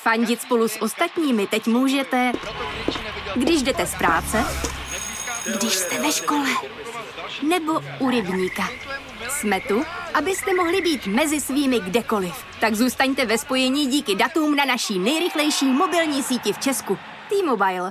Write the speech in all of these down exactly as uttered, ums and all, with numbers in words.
Fandit spolu s ostatními teď můžete, když jdete z práce, když jste ve škole, nebo u rybníka. Jsme tu, abyste mohli být mezi svými kdekoliv. Tak zůstaňte ve spojení díky datům na naší nejrychlejší mobilní síti v Česku. T-Mobile.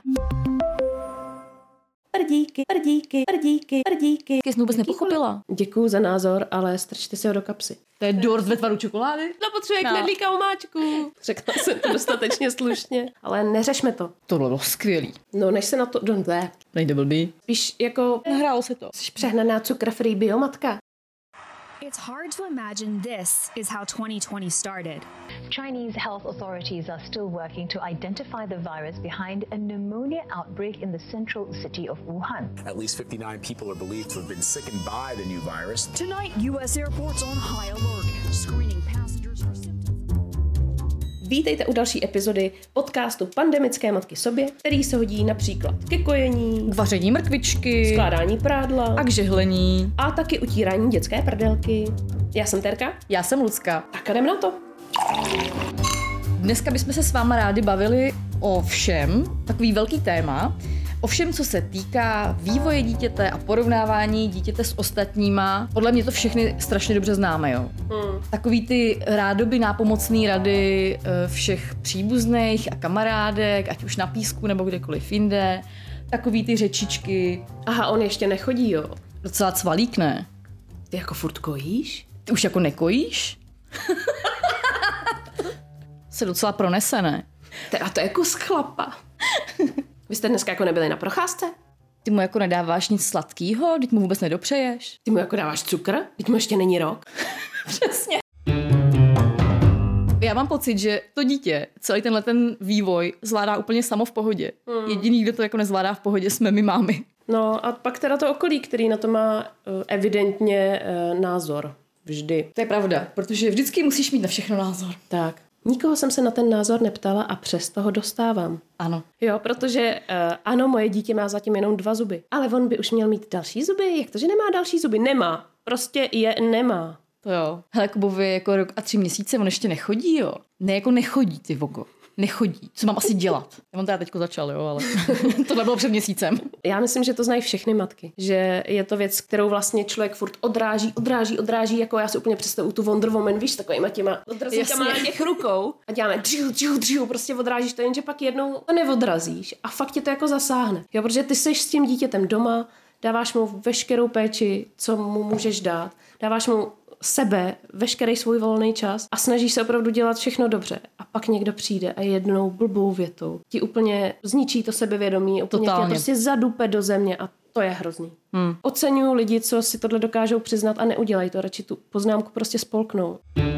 Prdíky, prdíky, prdíky, prdíky. Ty jsi vůbec nepochopila. Děkuju za názor, ale strčte si ho do kapsy. To je dort ve tvaru čokolády? No potřebuje No. knedlíka omáčku. Řekla jsem to dostatečně slušně. Ale neřešme to. To bylo skvělý. No než se na to... Don't there. Nejde blbý. Spíš jako... Nehrálo se to. Jsi přehnaná cukr-free biomatka. It's hard to imagine this is how twenty twenty started. Chinese health authorities are still working to identify the virus behind a pneumonia outbreak in the central city of Wuhan. At least fifty-nine people are believed to have been sickened by the new virus. Tonight, U S airports on high alert, screening passengers for symptoms. Vítejte u další epizody podcastu Pandemické matky sobě, který se hodí například ke kojení, K vaření mrkvičky. skládání prádla A k žehlení. a taky utírání dětské prdelky. Já jsem Terka, Já jsem Lucka. tak jdem na to. Dneska bychom se s váma rádi bavili o všem, takový velký téma, o všem, co se týká vývoje dítěte a porovnávání dítěte s ostatníma. Podle mě to všechny strašně dobře známe, jo. Hmm. Takový ty rádoby nápomocný rady eh, všech příbuzných a kamarádek, ať už na písku nebo kdekoliv jinde. Takový ty řečičky. Aha, on ještě nechodí, jo. Docela cvalík, ne? Ty jako furt kojíš? Ty už jako nekojíš? Se docela pronese, ne? Te- A to je kus chlapa. Vy jste dneska jako nebyli na procházce? Ty mu jako nedáváš nic sladkýho, teď mu vůbec nedopřeješ. Ty mu jako dáváš cukr? Teď mu ještě není rok. Přesně. Já mám pocit, že to dítě celý tenhle ten vývoj zvládá úplně samo v pohodě. Hmm. Jediný, kdo to jako nezvládá v pohodě, jsme my mámy. No a pak teda to okolí, který na to má uh, evidentně uh, názor. Vždy. To je pravda, protože vždycky musíš mít na všechno názor. Tak. Nikoho jsem se na ten názor neptala a přesto ho dostávám. Ano. Jo, protože uh, ano, moje dítě má zatím jenom dva zuby. Ale on by už měl mít další zuby. Jak to, že nemá další zuby? Nemá. Prostě je nemá. To jo. Hele, Kubovi je jako rok a tři měsíce, on ještě nechodí, jo. Ne, jako nechodí, ty vogo. Nechodí. Co mám asi dělat? Já mám teda teďko začal, jo, ale to nebylo před měsícem. Já myslím, že to znají všechny matky. Že je to věc, kterou vlastně člověk furt odráží, odráží, odráží, jako já si úplně představuju tu Wonder Woman, víš, takovýma těma odrazíkama na těch rukou. A děláme dřiu, dřiu, dřiu, prostě odrážíš to, jenže pak jednou to neodrazíš a fakt tě to jako zasáhne. Jo, protože ty seš s tím dítětem doma, dáváš mu veškerou péči, co mu můžeš dát, dáváš mu sebe, veškerý svůj volný čas a snažíš se opravdu dělat všechno dobře. A pak někdo přijde a jednou blbou větou ti úplně zničí to sebevědomí, úplně Totálně. tě prostě zadupe do země a to je hrozný. Hmm. Oceňuju lidi, co si tohle dokážou přiznat a neudělají to, radši tu poznámku prostě spolknou.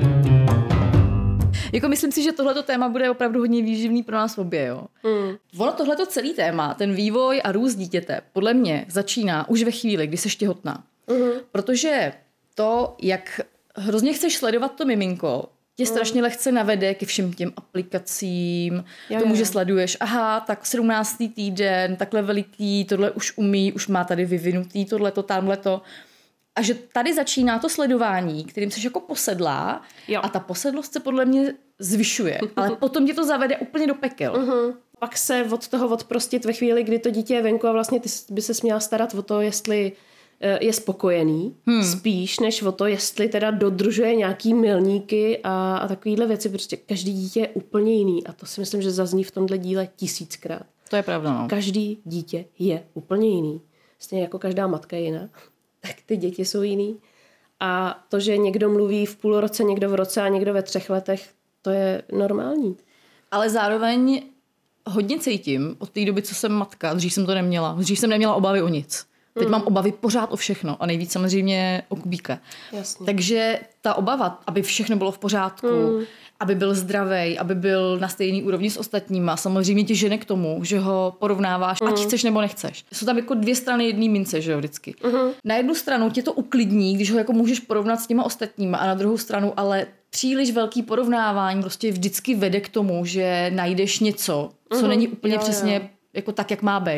Jako myslím si, že tohleto téma bude opravdu hodně výživný pro nás obě, jo. Hmm. Ono tohleto celý téma, ten vývoj a růst dítěte, podle mě začíná už ve chvíli, kdy jsi těhotná. Mm. Protože to, jak hrozně chceš sledovat to miminko, tě strašně lehce navede ke všem těm aplikacím, Jo, tomu, jo. že sleduješ, aha, tak sedmnáctý týden, takhle veliký, tohle už umí, už má tady vyvinutý, tohleto, tamhleto. A že tady začíná to sledování, kterým jsi jako posedlá Jo. a ta posedlost se podle mě zvyšuje, ale potom tě to zavede úplně do pekel. Mm. Pak se od toho odprostit ve chvíli, kdy to dítě je venku a vlastně ty by se měla starat o to, jestli je spokojený, hmm. spíš než o to, jestli teda dodržuje nějaký milníky a, a takovýhle věci. Prostě každý dítě je úplně jiný a to si myslím, že zazní v tomhle díle tisíckrát. To je pravda, no. Každý dítě je úplně jiný. Stejně jako každá matka je jiná, tak ty děti jsou jiný. A to, že někdo mluví v půl roce, někdo v roce a někdo ve třech letech, to je normální. Ale zároveň hodně cítím od té doby, co jsem matka, dřív jsem to neměla, dřív jsem neměla obavy o nic. Teď mm. mám obavy pořád o všechno a nejvíc samozřejmě o Kubíka. Jasně. Takže ta obava, aby všechno bylo v pořádku, mm. aby byl zdravý, aby byl na stejný úrovni s ostatníma, samozřejmě tě žene k tomu, že ho porovnáváš, mm. ať chceš nebo nechceš. Jsou tam jako dvě strany jedné mince, že jo, vždycky. Mm. Na jednu stranu tě to uklidní, když ho jako můžeš porovnat s těma ostatníma a na druhou stranu ale příliš velký porovnávání prostě vždycky vede k tomu, že najdeš něco, co mm. není úplně jo, přesně jo. jako tak, jak má být.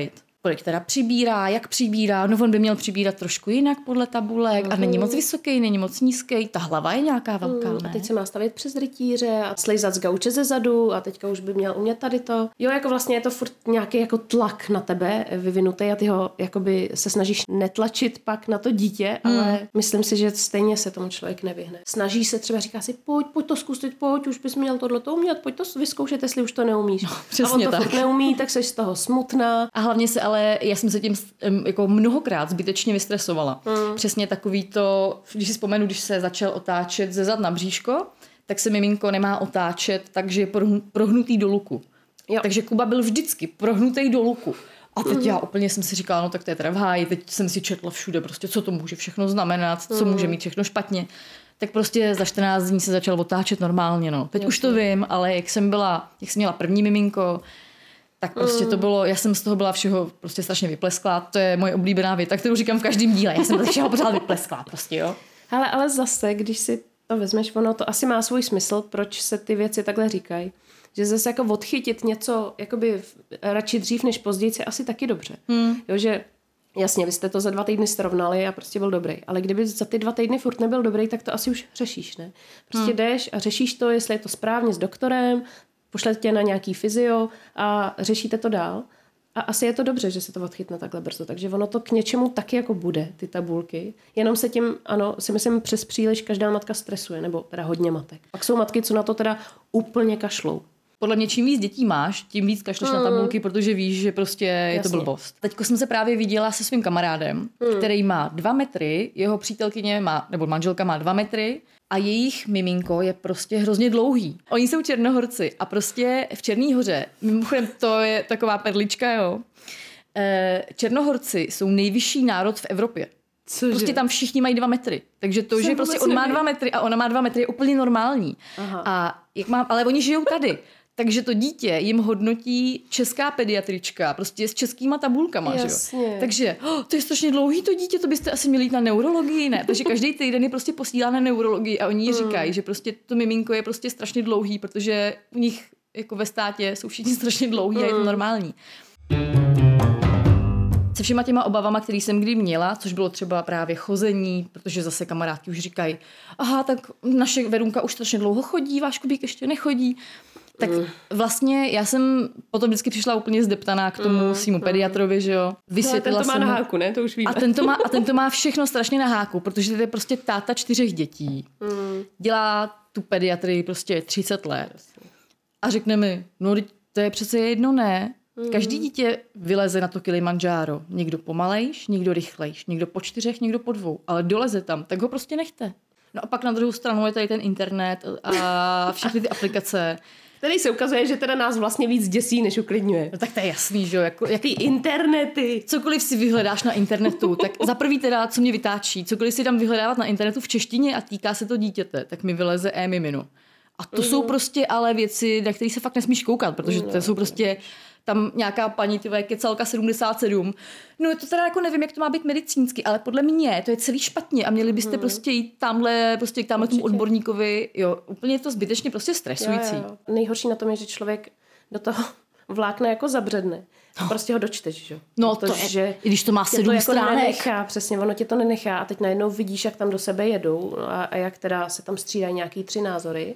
kolik teda přibírá, jak přibírá, no on by měl přibírat trošku jinak podle tabulek mm. a není moc vysoký, není moc nízký, ta hlava je nějaká velká, mm. A teď se má stavit přes rytíře a slejzat z gauče ze zadu a teďka už by měl umět tady to. Jo, jako vlastně je to furt nějaký jako tlak na tebe vyvinutý a ty ho jakoby se snažíš netlačit pak na to dítě, mm. ale myslím si, že stejně se tomu člověk nevyhne. Snaží se třeba, říká si, pojď, pojď to zkusit, pojď, už bys měl tohleto umět, pojď to vyzkoušet, jestli už to neumíš. No, přesně a on to tak. furt neumí, tak seš z toho smutná. A hlavně se ale, já jsem se tím jako mnohokrát zbytečně vystresovala. Mm. Přesně takový to, když si vzpomenu, když se začal otáčet ze zad na bříško, tak se miminko nemá otáčet, takže je prohnutý do luku. Jo. Takže Kuba byl vždycky prohnutý do luku. A teď já úplně jsem si říkala, no tak to je teda v háji, teď jsem si četla všude prostě, co to může všechno znamenat, co mm. může mít všechno špatně. Tak prostě za čtrnáct dní se začal otáčet normálně, no. Teď Jasně. už to vím, ale jak jsem byla, jak jsem měla první miminko, tak prostě to bylo, já jsem z toho byla všeho prostě strašně vyplesklá. To je moje oblíbená věta, kterou říkám v každém díle. Já jsem ze všeho pořád vyplesklá prostě, jo. Hele, ale zase, když si to vezmeš, ono to asi má svůj smysl, proč se ty věci takhle říkají. Že zase jako odchytit něco jakoby radši dřív než později je asi taky dobře. Hmm. Jo, že jasně, vy jste to za dva týdny srovnali a prostě byl dobrý. Ale kdyby za ty dva týdny furt nebyl dobrý, tak to asi už řešíš, ne? Prostě hmm. jdeš a řešíš to, jestli je to správně s doktorem, pošlete tě na nějaký fyzio a řešíte to dál. A asi je to dobře, že se to odchytne takhle brzo. Takže ono to k něčemu taky jako bude, ty tabulky. Jenom se tím, ano, si myslím, přes příliš každá matka stresuje, nebo teda hodně matek. Pak jsou matky, co na to teda úplně kašlou. Podle mě čím víc dětí máš, tím víc kašleš mm. na tabulky, protože víš, že prostě je Jasně. to blbost. Teďko jsem se právě viděla se svým kamarádem, mm. který má dva metry, jeho přítelkyně má, nebo manželka má dva metry a jejich miminko je prostě hrozně dlouhý. Oni jsou Černohorci a prostě v Černý Hoře, mimochodem to je taková perlička, jo. Černohorci jsou nejvyšší národ v Evropě. Cože? Prostě tam všichni mají dva metry. Takže to, Jsem že prostě on má dva metry a ona má dva metry, je úplně normální. Aha. A jak mám, ale oni žijou tady. Takže to dítě jim hodnotí česká pediatrička, prostě s českýma tabulkama, že jo. Takže oh, to je strašně dlouhý to dítě, to byste asi měli jít na neurologii, ne? Takže každý týden je prostě posílá na neurologii a oni jí říkají, že prostě to miminko je prostě strašně dlouhý, protože u nich jako ve státě jsou všichni strašně dlouhý a je to normální. Se všema těma obavama, který jsem kdy měla, což bylo třeba právě chození, protože zase kamarádky už říkají, aha, tak naše Verunka už strašně dlouho chodí, váš Kubík ještě nechodí. Tak vlastně já jsem potom vždycky přišla úplně zdeptaná k tomu mm, svýmu pediatrovi, že jo. Vysvětlila jsem. No, ten to má na háku, ne? To už víme. A ten to má, a ten to má všechno strašně na háku, protože to je prostě táta čtyřech dětí. Mm. Dělá tu pediatrii prostě třicet let. A řekne mi, no to je přece jedno, ne? Mm. Každý dítě vyleze na to Kilimanjaro. Někdo pomalejš, někdo rychlejš, někdo po čtyřech, někdo po dvou. Ale doleze tam, tak ho prostě nechte. No a pak na druhou stranu je tady ten internet a všechny ty aplikace. Tady se ukazuje, že teda nás vlastně víc děsí, než uklidňuje. No tak to je jasný, že jo. Jako, jak ty internety. Cokoliv si vyhledáš na internetu, tak za prvý teda, co mě vytáčí, cokoliv si dám vyhledávat na internetu v češtině a týká se to dítěte, tak mi vyleze e-mimino. A to mm. jsou prostě ale věci, na které se fakt nesmíš koukat, protože to jsou prostě tam nějaká paní, tyhle kecalka sedmdesát sedm. No to teda jako nevím, jak to má být medicínsky, ale podle mě to je celý špatně a měli byste hmm. prostě jít tamhle, prostě k tamhle tomu odborníkovi. Jo, úplně je to zbytečně prostě stresující. Jo, jo. Nejhorší na tom je, že člověk do toho vlákna jako zabředne. A prostě ho dočteš, že? No to je, i když to má sedm jako stránek. Nenechá, přesně, ono tě to nenechá a teď najednou vidíš, jak tam do sebe jedou a, a jak teda se tam střídají nějaký tři názory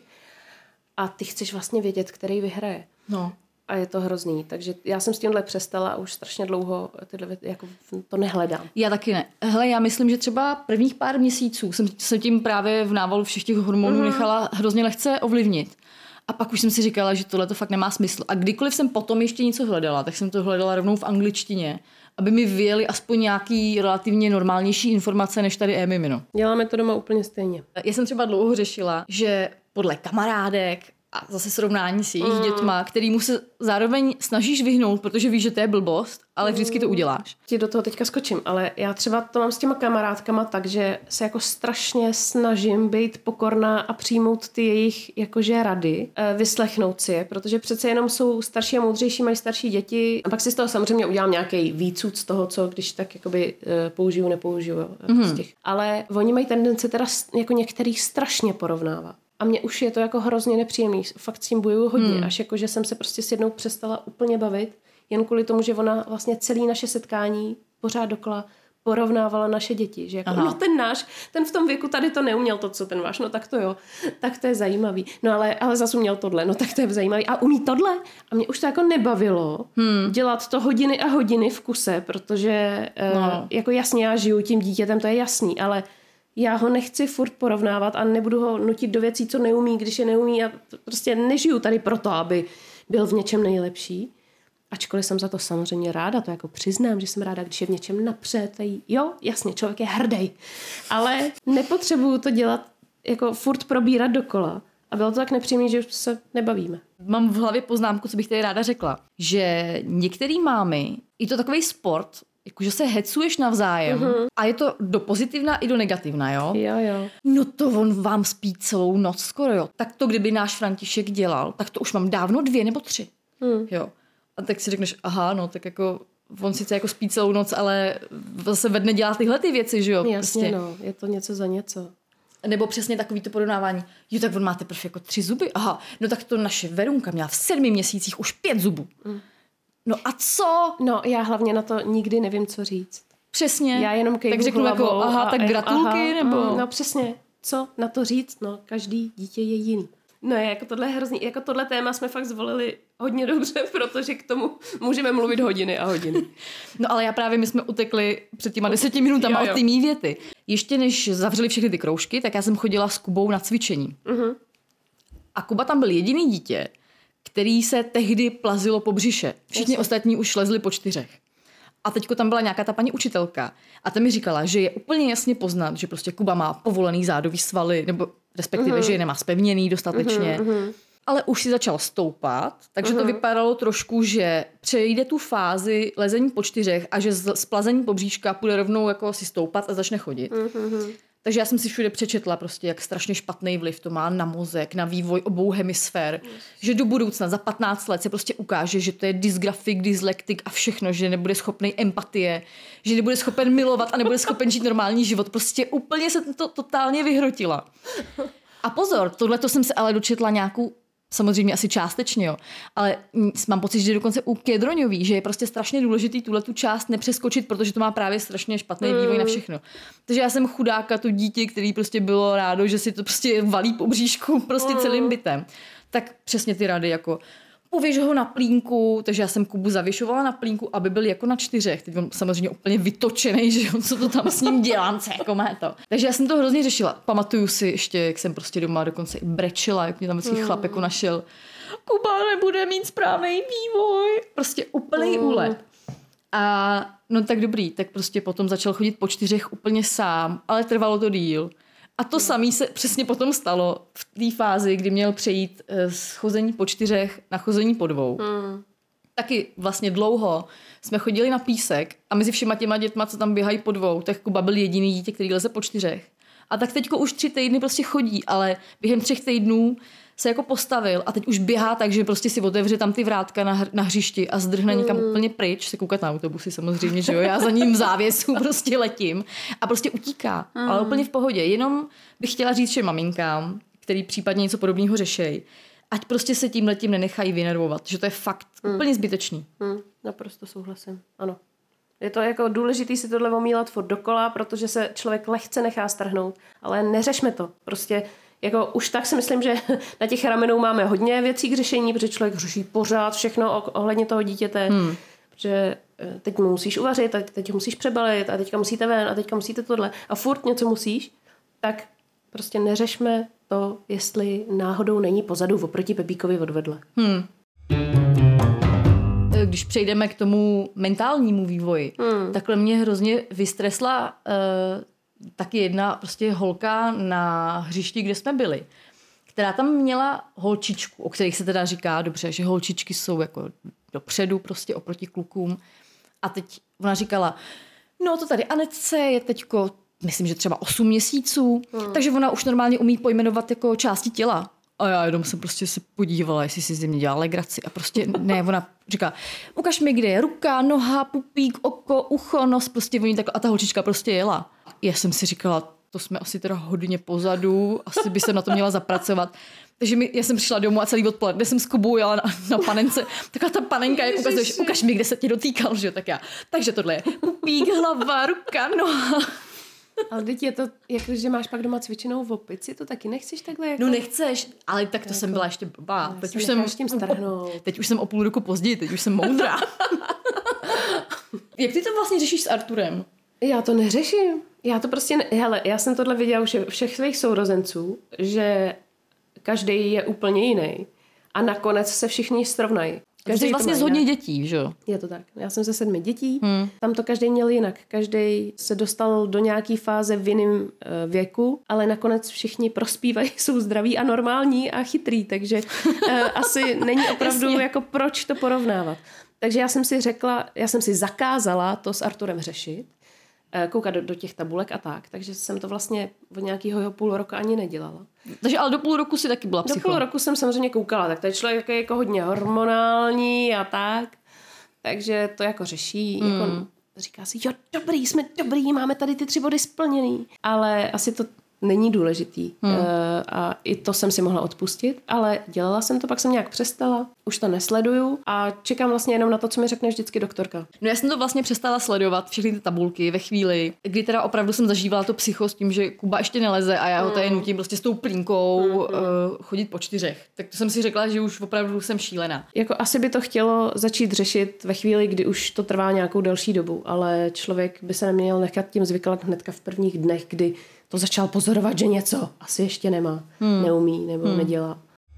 a ty chceš vlastně vědět, který vyhraje. No. A je to hrozný. Takže já jsem s tímhle přestala a už strašně dlouho tyhle, jako to nehledám. Já taky ne. Hele, já myslím, že třeba prvních pár měsíců jsem se tím právě v návalu všech těch hormonů mm. nechala hrozně lehce ovlivnit. A pak už jsem si říkala, že tohle to fakt nemá smysl. A kdykoliv jsem potom ještě něco hledala, tak jsem to hledala rovnou v angličtině, aby mi vyjeli aspoň nějaký relativně normálnější informace než tady e-mimino. Děláme to doma úplně stejně. Já jsem třeba dlouho řešila, že podle kamarádek a zase srovnání s jejich mm. dětma, kterýmu se zároveň snažíš vyhnout, protože víš, že to je blbost, ale vždycky to uděláš. Ti do toho teďka skočím, ale já třeba to mám s těma kamarádkama tak, že se jako strašně snažím být pokorná a přijmout ty jejich jakože rady, vyslechnout si je, protože přece jenom jsou starší a moudřejší, mají starší děti a pak si z toho samozřejmě udělám nějaký výcud z toho, co když tak jakoby použiju, nepoužiju. Mm. Z těch. Ale oni mají tendenci teda jako některý strašně porovnávat. A mně už je to jako hrozně nepříjemný. Fakt s tím bojuju hodně. Hmm. Až jako, že jsem se prostě s jednou přestala úplně bavit. jen kvůli tomu, že ona vlastně celý naše setkání pořád dokola porovnávala naše děti, že jako, no ten náš, ten v tom věku tady to neuměl to, co ten váš, no tak to jo, tak to je zajímavý. No ale, ale zase uměl tohle, no tak to je zajímavý. A umí tohle? A mě už to jako nebavilo hmm. dělat to hodiny a hodiny v kuse, protože no. uh, jako jasně já žiju tím dítětem, to je jasný, ale já ho nechci furt porovnávat a nebudu ho nutit do věcí, co neumí, když je neumí a prostě nežiju tady proto, aby byl v něčem nejlepší. Ačkoliv jsem za to samozřejmě ráda, to jako přiznám, že jsem ráda, když je v něčem napřed. Jo, jasně, člověk je hrdý, ale nepotřebuju to dělat, jako furt probírat dokola. A bylo to tak nepříjemné, že už se nebavíme. Mám v hlavě poznámku, co bych tady ráda řekla, že některý mámy, je to takový sport, jakože se hecuješ navzájem uh-huh. a je to do pozitivna i do negativna, jo? Jo, jo. No to on vám spí celou noc skoro, jo. Tak to, kdyby náš František dělal, tak to už mám dávno dvě nebo tři, hmm. jo. A tak si řekneš, aha, no tak jako on sice jako spí celou noc, ale zase ve dne dělá tyhle ty věci, že jo? Jasně, prostě. No, je to něco za něco. Nebo přesně takový to porovnávání. Jo, tak on má teprve jako tři zuby. Aha, no tak to naše Verunka měla v sedmi měsících už pět zubů. Mm. No a co? No já hlavně na to nikdy nevím, co říct. Přesně. Já jenom kejvu tak řeknu jako, aha, tak gratulky, aha, nebo... Mm, no přesně. Co na to říct? No každý dítě je jiný. No jako tohle je hrozný, jako tohle téma jsme fakt zvolili hodně dobře, protože k tomu můžeme mluvit hodiny a hodiny. No ale já právě, my jsme utekli před těma deseti minutama jo, jo. od té mý věty. Ještě než zavřeli všechny ty kroužky, tak já jsem chodila s Kubou na cvičení. Uh-huh. A Kuba tam byl jediný dítě, který se tehdy plazilo po břiše. Všichni Jasně. ostatní už lezli po čtyřech. A teďko tam byla nějaká ta paní učitelka a ta mi říkala, že je úplně jasně poznat, že prostě Kuba má povolený zádový svaly, nebo respektive, uh-huh. že je nemá zpevněný dostatečně. Uh-huh. Ale už si začal stoupat, takže uh-huh. to vypadalo trošku, že přejde tu fázi lezení po čtyřech a že z, z plazení po bříška půjde rovnou jako si stoupat a začne chodit. Uh-huh. Takže já jsem si všude přečetla prostě, jak strašně špatný vliv to má na mozek, na vývoj obou hemisfér. Yes. Že do budoucna za patnáct let se prostě ukáže, že to je dysgrafik, dyslektik a všechno, že nebude schopný empatie, že nebude schopen milovat a nebude schopen žít normální život. Prostě úplně se to totálně vyhrotila. A pozor, tohleto jsem se ale dočetla nějakou, samozřejmě asi částečně, jo, ale mám pocit, že dokonce u Kedroňový, že je prostě strašně důležitý tuhle tu část nepřeskočit, protože to má právě strašně špatný vývoj na všechno. Takže já jsem chudáka, to dítě, který prostě bylo rádo, že si to prostě valí po bříšku prostě celým bytem. Tak přesně ty rady jako pověž ho na plínku, takže já jsem Kubu zavěšovala na plínku, aby byl jako na čtyřech. Teď on samozřejmě úplně vytočený, že jo, co to tam s ním dělám, co jako má to. Takže já jsem to hrozně řešila. Pamatuju si ještě, jak jsem prostě doma dokonce i brečela, jak mě tam vždycky mm. chlap jako našel. Kuba nebude mít správný vývoj. Prostě úplný mm. úlet. A no tak dobrý, tak prostě potom začal chodit po čtyřech úplně sám, ale trvalo to díl. A to samé se přesně potom stalo v té fázi, kdy měl přejít z chození po čtyřech na chození po dvou. Hmm. Taky vlastně dlouho jsme chodili na písek a mezi všema těma dětma, co tam běhají po dvou, tak Kuba byl jediný dítě, který leze po čtyřech. A tak teďko už tři týdny prostě chodí, ale během třech týdnů se jako postavil a teď už běhá tak, že prostě si otevře tam ty vrátka na, hr- na hřišti a zdrhne někam mm. úplně pryč, se koukat na autobusy samozřejmě, že jo, já za ním v závěsu prostě letím a prostě utíká, mm. ale úplně v pohodě. Jenom bych chtěla říct všem maminkám, který případně něco podobného řešejí, ať prostě se tím letím nenechají vynervovat, že to je fakt mm. úplně zbytečný. Mm. Naprosto souhlasím, ano. Je to jako důležitý si tohle omílat furt dokola, protože se člověk lehce nechá strhnout, ale neřešme to, prostě jako už tak si myslím, že na těch ramenou máme hodně věcí k řešení, protože člověk řeší pořád všechno ohledně toho dítěte, hmm. protože teď mu musíš uvařit, a teď musíš přebalit a teďka musíte ven a teďka musíte tohle a furt něco musíš, tak prostě neřešme to, jestli náhodou není pozadu oproti Pepíkovi odvedle. Hmm. Když přejdeme k tomu mentálnímu vývoji, hmm. takhle mě hrozně vystresla uh, taky jedna prostě holka na hřišti, kde jsme byli, která tam měla holčičku, o kterých se teda říká dobře, že holčičky jsou jako dopředu prostě oproti klukům. A teď ona říkala, no to tady Anetce je teďko, myslím, že třeba osm měsíců, hmm. takže ona už normálně umí pojmenovat jako části těla. A já jenom jsem prostě se podívala, jestli si z mě dělala legraci. A prostě ne, ona říká, ukaž mi, kde je ruka, noha, pupík, oko, ucho, nos, prostě oni takhle. A ta holčička prostě jela. Já jsem si říkala, to jsme asi teda hodně pozadu, asi by se na to měla zapracovat. Takže mi, já jsem přišla domů a celý odpoledne jsem s Kubou jela na, na panence. Taková ta panenka, jak ukazuješ, ukaž mi, kde se tě dotýkal, že jo, tak já. Takže tohle je pupík, hlava, ruka, noha. Ale teď je to, jako, že máš pak doma cvičenou v opici, to taky nechceš takhle jako... No nechceš, ale tak to jako, jsem byla ještě blbá. Teď už jsem, tím starhnout. Teď už jsem o půl roku později, teď už jsem moudrá. Jak ty to vlastně řešíš s Arturem? Já to neřeším. Já to prostě, ne... hele, já jsem tohle viděla už všech svých sourozenců, že každý je úplně jiný. A nakonec se všichni srovnají. Každý vlastně z hodně dětí, že jo? Je to tak. Já jsem ze sedmi dětí, hmm. tam to každý měl jinak. Každý se dostal do nějaký fáze v jiném uh, věku, ale nakonec všichni prospívají, jsou zdraví a normální a chytrý, takže uh, asi není opravdu jako proč to porovnávat. Takže já jsem si řekla, já jsem si zakázala to s Arturem řešit, koukat do, do těch tabulek a tak, takže jsem to vlastně od nějakého jeho půl roku ani nedělala. Takže ale do půl roku si taky byla psycho. Do půl roku jsem samozřejmě koukala, tak to je člověk jako, jako hodně hormonální a tak, takže to jako řeší, mm. jako říká si, jo, dobrý, jsme dobrý, máme tady ty tři body splněný, ale asi to není důležitý. Hmm. Uh, a i to jsem si mohla odpustit, ale dělala jsem to, pak jsem nějak přestala, už to nesleduju a čekám vlastně jenom na to, co mi řekne vždycky doktorka. No já jsem to vlastně přestala sledovat, všechny ty tabulky ve chvíli, kdy teda opravdu jsem zažívala to psycho s tím, že Kuba ještě neleze a já ho tady nutím prostě s tou plínkou hmm. uh, chodit po čtyřech. Tak to jsem si řekla, že už opravdu jsem šílená. Jako asi by to chtělo začít řešit ve chvíli, kdy už to trvá nějakou delší dobu, ale člověk by se neměl nechat tím zvykat hnedka v prvních dnech, kdy to začal pozorovat, že něco asi ještě nemá, hmm. neumí nebo hmm. nedělá.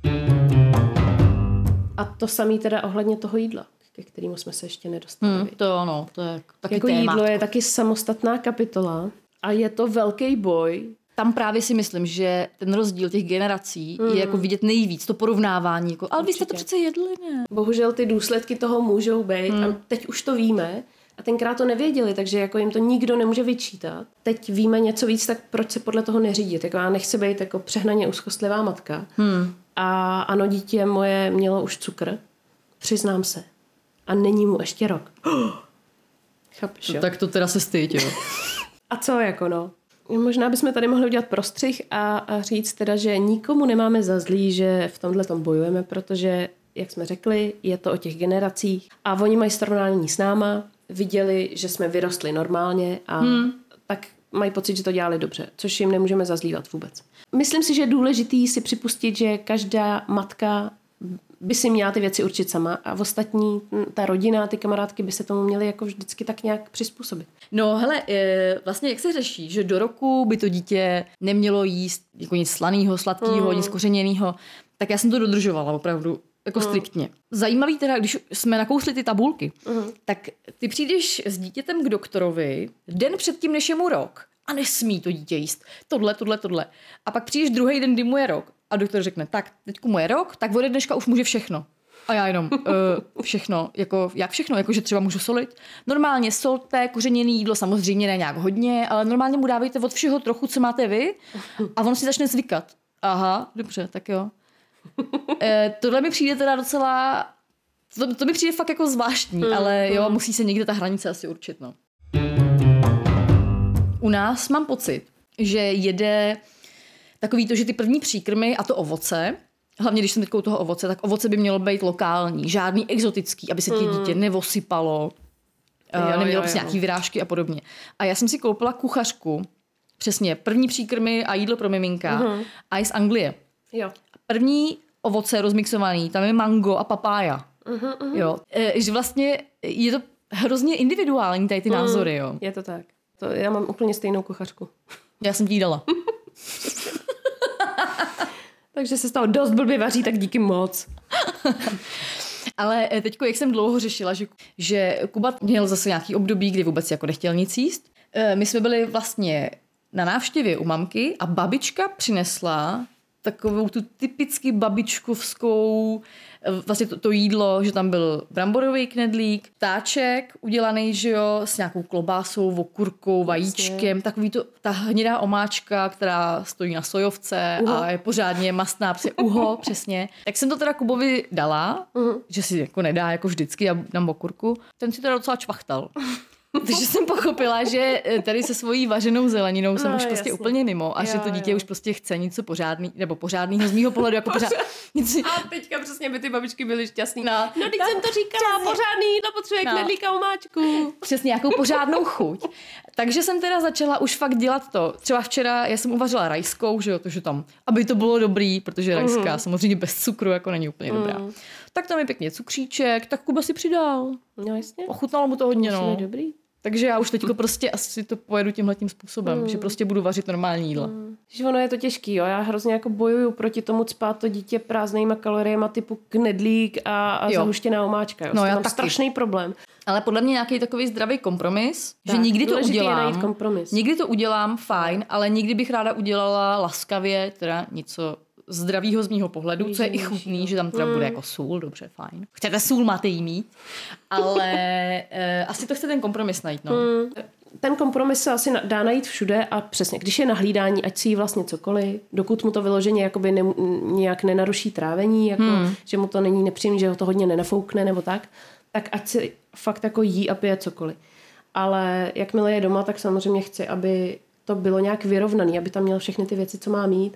A to samé teda ohledně toho jídla, ke kterému jsme se ještě nedostali. Hmm, to ano, to je taky jako témátko. Jídlo je taky samostatná kapitola a je to velký boj. Tam právě si myslím, že ten rozdíl těch generací hmm. je jako vidět nejvíc, to porovnávání. Jako, ale vy jste to přece jedli, ne? Bohužel ty důsledky toho můžou být hmm. a teď už to víme. A tenkrát to nevěděli, takže jako jim to nikdo nemůže vyčítat. Teď víme něco víc, tak proč se podle toho neřídit? Jako já nechci být jako přehnaně úzkostlivá matka. Hmm. A ano, dítě moje mělo už cukr, přiznám se. A není mu ještě rok. Chápeš, jo? Tak to teda se styď, jo. A co jako no? Možná bychom tady mohli udělat prostřih a, a říct teda, že nikomu nemáme za zlý, že v tomhle tom bojujeme, protože, jak jsme řekli, je to o těch generacích a oni mají srovnání s náma, viděli, že jsme vyrostli normálně a hmm. tak mají pocit, že to dělali dobře, což jim nemůžeme zazlívat vůbec. Myslím si, že je důležitý si připustit, že každá matka by si měla ty věci určit sama a v ostatní, ta rodina, ty kamarádky by se tomu měly jako vždycky tak nějak přizpůsobit. No hele, vlastně jak se řeší, že do roku by to dítě nemělo jíst jako nic slaného, sladkého, hmm. nic kořeněného, tak já jsem to dodržovala opravdu. Jako mm. striktně. Zajímavý teda, když jsme nakousli ty tabulky, mm. tak ty přijdeš s dítětem k doktorovi den předtím, než je mu rok a nesmí to dítě jíst. Tohle, tohle, tohle. A pak přijdeš druhý den, kdy mu je rok a doktor řekne, tak teďku mu je rok, tak ode dneška už může všechno. A já jenom, uh, všechno, jako, jak všechno, jako že třeba můžu solit. Normálně solte, kořeněné jídlo, samozřejmě ne nějak hodně, ale normálně mu dávejte od všeho trochu, co máte vy a on si začne zvykat. Aha, dobře, tak jo. Eh, tohle mi přijde teda docela, to, to mi přijde fakt jako zvláštní, mm, ale jo, mm. musí se někde ta hranice asi určit, no. U nás mám pocit, že jede takový to, že ty první příkrmy a to ovoce, hlavně když jsem teď u toho ovoce, tak ovoce by mělo být lokální, žádný exotický, aby se ti mm. dítě nevosypalo, jo, nemělo prostě nějaký vyrážky a podobně. A já jsem si koupila kuchařku, přesně, první příkrmy a jídlo pro miminka mm. a je z Anglie. Jo. První ovoce rozmixovaný, tam je mango a papája. Uh-huh, uh-huh. Jo. E, že vlastně je to hrozně individuální tady ty uh, názory, jo. Je to tak. To, já mám úplně stejnou kuchařku. Já jsem ti dala. Takže se z toho dost blbě vaří, tak díky moc. Ale teďko, jak jsem dlouho řešila, že, že Kuba měl zase nějaký období, kdy vůbec jako nechtěl nic jíst. E, my jsme byli vlastně na návštěvě u mamky a babička přinesla takovou tu typicky babičkovskou vlastně to, to jídlo, že tam byl bramborový knedlík, ptáček udělaný, že jo, s nějakou klobásou, okurkou, vajíčkem, takový to, ta hnědá omáčka, která stojí na sojovce uho. A je pořádně mastná, přesně uho, přesně. Tak jsem to teda Kubovi dala, uh-huh. že si jako nedá jako vždycky a dám okurku. Ten si teda docela čvachtal. Takže jsem pochopila, že tady se svojí vařenou zeleninou jsem No, už prostě jasně. úplně mimo a Jo, že to dítě jo. už prostě chce něco pořádný, nebo pořádného z mýho pohledu, jako pořád. Nic, A teďka přesně by ty babičky byly šťastný. No. no teď jsem to říkala, pořádný jídlo potřebuje No. knedlíka omáčku. přesně nějakou pořádnou chuť. Takže jsem teda začala už fakt dělat to. Třeba včera já jsem uvařila rajskou, že jo, to, že tam, aby to bylo dobrý, protože rajská mm. samozřejmě bez cukru jako není úplně mm. dobrá. Tak tam je pěkně cukříček, tak Kuba si přidal. No jasně. Ochutnalo mu to hodně, Musí no. být dobrý. Takže já už teďko prostě asi to pojedu tímhletím způsobem, mm. že prostě budu vařit normální jídla. Mm. Že ono je to těžký, jo. Já hrozně jako bojuju proti tomu cpát to dítě prázdnýma kaloriemi typu knedlík a, a zahuštěná omáčka. Jo. No, S tím já mám taky. strašný problém. Ale podle mě nějaký takový zdravý kompromis, Tak, že nikdy to důležitý je udělám. najít kompromis. Nikdy to udělám, fajn, ale nikdy bych ráda udělala laskavě, teda něco zdravýho z mýho pohledu, co je i chutný, že tam teda bude jako sůl, dobře, fajn. Chcete sůl, máte jí mít, ale eh, asi to chce ten kompromis najít, no. Hmm. Ten kompromis se asi dá najít všude a přesně, když je na hlídání, ať si jí vlastně cokoliv, dokud mu to vyloženě jakoby ne, nějak nenaruší trávení, jako, hmm. že mu to není nepříjemný, že ho to hodně nenafoukne nebo tak, tak ať si fakt jako jí a pije cokoliv. Ale jakmile je doma, tak samozřejmě chci, aby to bylo nějak vyrovnaný, aby tam měl všechny ty věci, co má mít.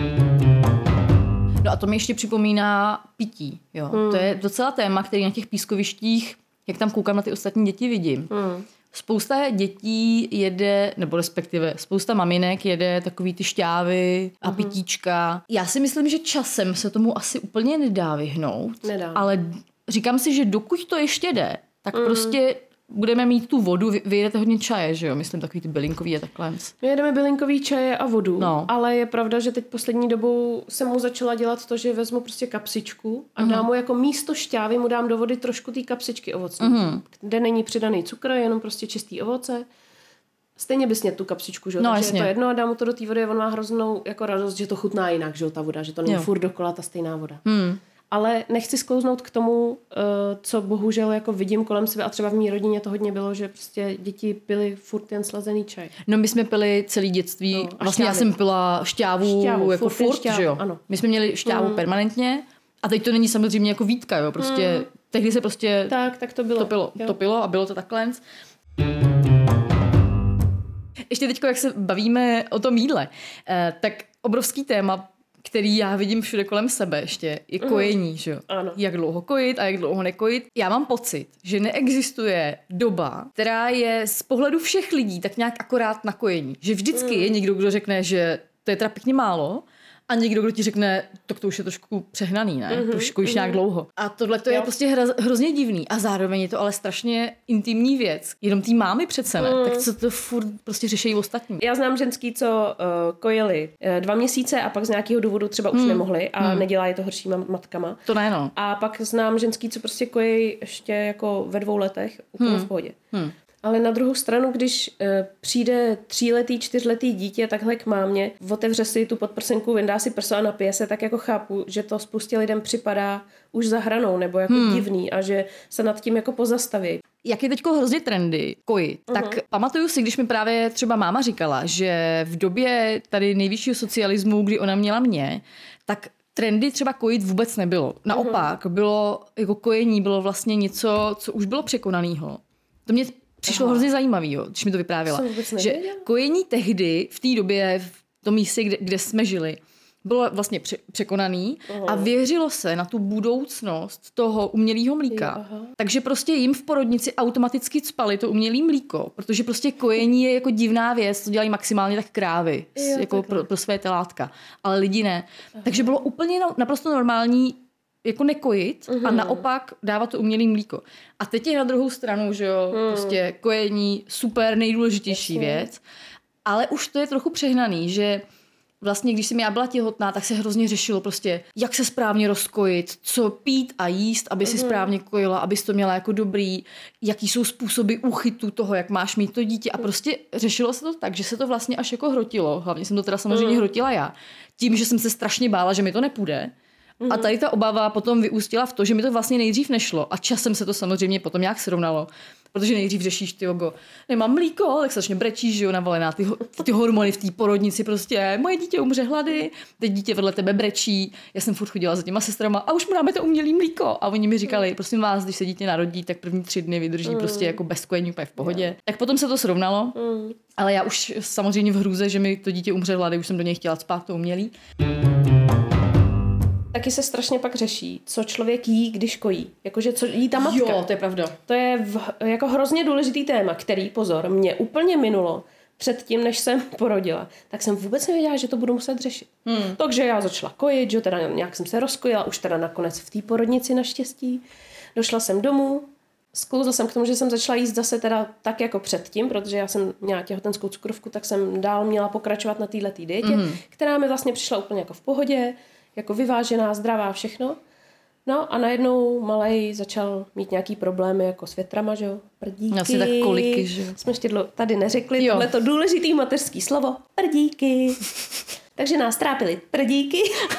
No a to mi ještě připomíná pití, jo. Hmm. To je docela téma, který na těch pískovištích, jak tam koukám na ty ostatní děti, vidím. Hmm. Spousta dětí jede, nebo respektive spousta maminek jede takový ty šťávy a uh-huh. pitíčka. Já si myslím, že časem se tomu asi úplně nedá vyhnout, Nedá. ale říkám si, že dokud to ještě jde, tak uh-huh. prostě budeme mít tu vodu, vy, vy jedete hodně čaje, že jo? Myslím takový ty bylinkový a takhle. My jedeme bylinkový čaje a vodu, no. ale je pravda, že teď poslední dobou jsem mu začala dělat to, že vezmu prostě kapsičku a uh-huh. dám mu jako místo šťávy, mu dám do vody trošku té kapsičky ovocné, uh-huh. kde není přidaný cukr, jenom prostě čistý ovoce. Stejně bys měl tu kapsičku, že jo? No, Takže jasně. je to jedno a dám mu to do té vody a on má hroznou jako radost, že to chutná jinak, že jo, ta voda, že to není Jo. furt dokola ta stejná voda. Hmm. Ale nechci sklouznout k tomu, co bohužel jako vidím kolem sebe a třeba v mý rodině to hodně bylo, že prostě děti pily furt jen slazený čaj. No my jsme pili celý dětství, No, a vlastně já šťávy. jsem pila šťávu, Šťávu, jako furt jen furt, šťávu, že jo. ano. My jsme měli šťávu Mm. permanentně a teď to není samozřejmě jako výtka, jo. Prostě Mm. tehdy se prostě Tak, tak to bylo. to pilo, Jo. to pilo a bylo to takhle. Ještě teďko, jak se bavíme o tom jídle, eh, tak obrovský téma, který já vidím všude kolem sebe ještě, je kojení, že jo? Ano. Jak dlouho kojit a jak dlouho nekojit. Já mám pocit, že neexistuje doba, která je z pohledu všech lidí tak nějak akorát na kojení. Že vždycky je někdo, kdo řekne, že to je teda pěkně málo, a někdo, kdo ti řekne, tak to už je trošku přehnaný, ne? Mm-hmm, to už kojíš mm-hmm. nějak dlouho. A tohle to je prostě hra, hrozně divný. A zároveň je to ale strašně intimní věc. Jenom tý mámy přece ne. Mm. Tak co to furt prostě řeší ostatní. Já znám ženský, co uh, kojili uh, dva měsíce a pak z nějakého důvodu třeba už Hmm. nemohli a Hmm. nedělá je to horšíma matkama. To ne, no. A pak znám ženský, co prostě kojí ještě jako ve dvou letech úplně Hmm. v pohodě. Hmm. Ale na druhou stranu, když uh, přijde tříletý, čtyřletý dítě takhle k mámě, otevře si tu podprsenku, vyndá si prso a napije se, tak jako chápu, že to spoustě lidem připadá už za hranou nebo jako hmm. divný a že se nad tím jako pozastaví. Jak je teďko hrozně trendy kojit, uh-huh. tak pamatuju si, když mi právě třeba máma říkala, že v době tady nejvyššího socialismu, kdy ona měla mě, tak trendy třeba kojit vůbec nebylo. Naopak, bylo, jako kojení bylo vlastně něco, co už bylo překonaného. To mě přišlo hrozně zajímavý, když mi to vyprávěla. Že kojení tehdy, v té době, v tom místě, kde, kde jsme žili, bylo vlastně pře- překonaný aha. a věřilo se na tu budoucnost toho umělého mlíka. Jo, takže prostě jim v porodnici automaticky cpali to umělé mlíko, protože prostě kojení je jako divná věc, to dělají maximálně tak krávy jo, jako pro, pro své telátka, ale lidi ne. Aha. Takže bylo úplně no, naprosto normální jako nekojit uh-huh. a naopak dávat to umělé mlíko. A teď je na druhou stranu, že jo, hmm. prostě kojení super nejdůležitější Jasně. věc, ale už to je trochu přehnaný, že vlastně, když jsem já byla těhotná, tak se hrozně řešilo prostě, jak se správně rozkojit, co pít a jíst, aby si mm. správně kojila, abys to měla jako dobrý, jaký jsou způsoby úchytu toho, jak máš mít to dítě. A prostě řešilo se to tak, že se to vlastně až jako hrotilo. Hlavně jsem to teda samozřejmě mm. hrotila já. Tím, že jsem se strašně bála, že mi to nepůjde. Mm. A tady ta obava potom vyústila v to, že mi to vlastně nejdřív nešlo a časem se to samozřejmě potom nějak srovnalo. Protože nejdřív řešíš, ty ogo, nemám mlíko, tak strašně brečíš, že jo, navalená ty, ty hormony v té porodnici, prostě moje dítě umře hlady, teď dítě vedle tebe brečí, já jsem furt chodila za těma sestrama a už mu dáme to umělý mlíko. A oni mi říkali, prosím vás, když se dítě narodí, tak první tři dny vydrží mm. prostě jako bez kojení, úplně v pohodě. Yeah. Tak potom se to srovnalo, mm. ale já už samozřejmě v hrůze, že mi to dítě umře hlady, už jsem do něj chtěla spát to umělý. Taky se strašně pak řeší, co člověk jí, když kojí. Jakože co jí ta matka. Jo, to je pravda. To je v, jako hrozně důležitý téma, který, pozor, mě úplně minulo předtím, než jsem porodila. Tak jsem vůbec nevěděla, že to budu muset řešit. Hmm. Takže já začala kojit, že teda nějak jsem se rozkojila, už teda nakonec v té porodnici naštěstí. Došla jsem domů, sklouzla jsem k tomu, že jsem začala jíst zase teda tak jako předtím, protože já jsem měla těhotenskou cukrovku, tak jsem dál měla pokračovat na této dietě, hmm. která mi vlastně přišla úplně jako v pohodě, jako vyvážená, zdravá, všechno. No a najednou malej začal mít nějaký problémy jako s větrama, že jo, prdíky. Asi tak koliky, že jo. Jsme ještě tady neřekli tohleto důležitý mateřský slovo, prdíky. Takže nás trápily prdíky.